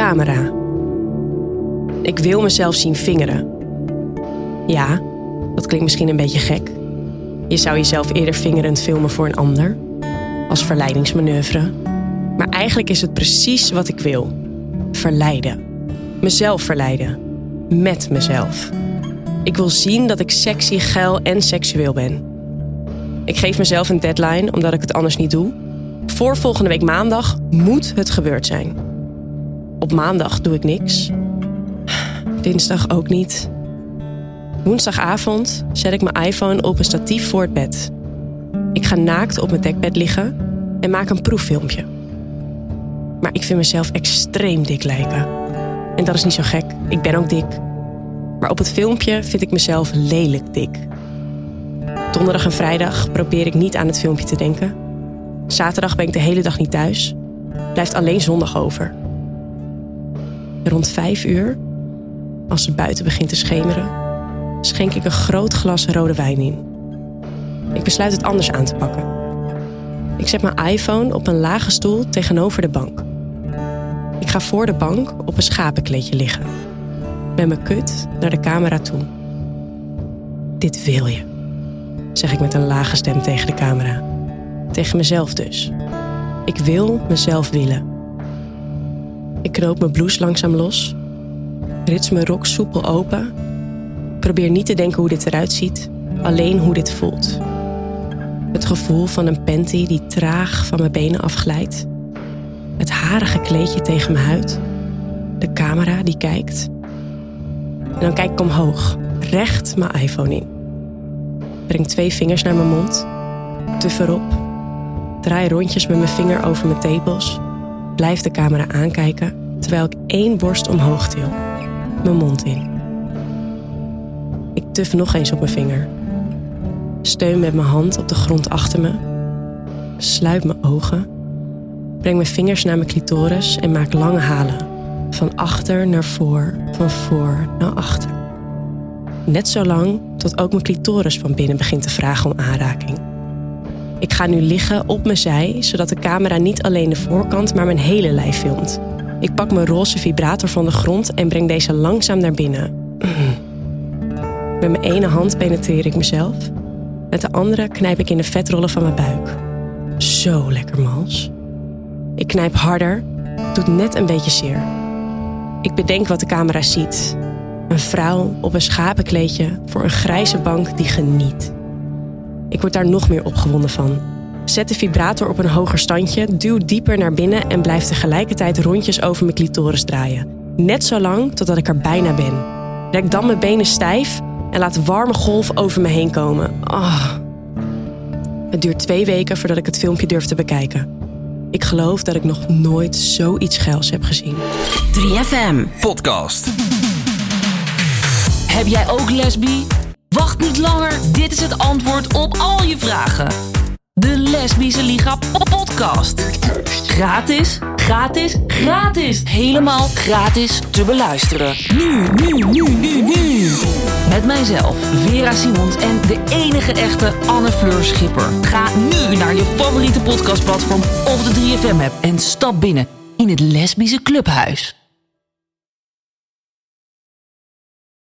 camera. Ik wil mezelf zien vingeren. Ja, dat klinkt misschien een beetje gek. Je zou jezelf eerder vingerend filmen voor een ander. Als verleidingsmanoeuvre. Maar eigenlijk is het precies wat ik wil. Verleiden. Mezelf verleiden. Met mezelf. Ik wil zien dat ik sexy, geil en seksueel ben. Ik geef mezelf een deadline omdat ik het anders niet doe. Voor volgende week maandag moet het gebeurd zijn. Op maandag doe ik niks. Dinsdag ook niet. Woensdagavond zet ik mijn iPhone op een statief voor het bed. Ik ga naakt op mijn dekbed liggen en maak een proeffilmpje. Maar ik vind mezelf extreem dik lijken. En dat is niet zo gek, ik ben ook dik. Maar op het filmpje vind ik mezelf lelijk dik. Donderdag en vrijdag probeer ik niet aan het filmpje te denken. Zaterdag ben ik de hele dag niet thuis. Blijft alleen zondag over. Rond 5 uur, als het buiten begint te schemeren, schenk ik een groot glas rode wijn in. Ik besluit het anders aan te pakken. Ik zet mijn iPhone op een lage stoel tegenover de bank. Ik ga voor de bank op een schapenkleedje liggen. Met mijn kut naar de camera toe. Dit wil je, zeg ik met een lage stem tegen de camera. Tegen mezelf dus. Ik wil mezelf willen. Ik knoop mijn blouse langzaam los. Rits mijn rok soepel open. Probeer niet te denken hoe dit eruit ziet. Alleen hoe dit voelt. Het gevoel van een panty die traag van mijn benen afglijdt. Het harige kleedje tegen mijn huid. De camera die kijkt. En dan kijk ik omhoog. Recht mijn iPhone in. Breng 2 vingers naar mijn mond. Tuf erop. Draai rondjes met mijn vinger over mijn tepels. Blijf de camera aankijken. Terwijl ik 1 borst omhoog til. Mijn mond in. Ik tuf nog eens op mijn vinger. Steun met mijn hand op de grond achter me. Sluit mijn ogen. Breng mijn vingers naar mijn clitoris en maak lange halen. Van achter naar voor, van voor naar achter. Net zo lang tot ook mijn clitoris van binnen begint te vragen om aanraking. Ik ga nu liggen op mijn zij, zodat de camera niet alleen de voorkant, maar mijn hele lijf filmt. Ik pak mijn roze vibrator van de grond en breng deze langzaam naar binnen. Met mijn ene hand penetreer ik mezelf. Met de andere knijp ik in de vetrollen van mijn buik. Zo lekker mals. Ik knijp harder, doet net een beetje zeer. Ik bedenk wat de camera ziet. Een vrouw op een schapenkleedje voor een grijze bank die geniet. Ik word daar nog meer opgewonden van. Zet de vibrator op een hoger standje, duw dieper naar binnen en blijf tegelijkertijd rondjes over mijn clitoris draaien. Net zo lang totdat ik er bijna ben. Rek dan mijn benen stijf en laat de warme golf over me heen komen. Oh. Het duurt 2 weken voordat ik het filmpje durf te bekijken. Ik geloof dat ik nog nooit zoiets geils heb gezien. 3FM Podcast. Heb jij ook lesbi? Wacht niet langer, dit is het antwoord op al je vragen. De Lesbische Liga podcast. Gratis, gratis, gratis. Helemaal gratis te beluisteren. Nu. Met mijzelf, Vera Simons en de enige echte Anne Fleur Schipper. Ga nu naar je favoriete podcastplatform of de 3FM app en stap binnen in het Lesbische Clubhuis.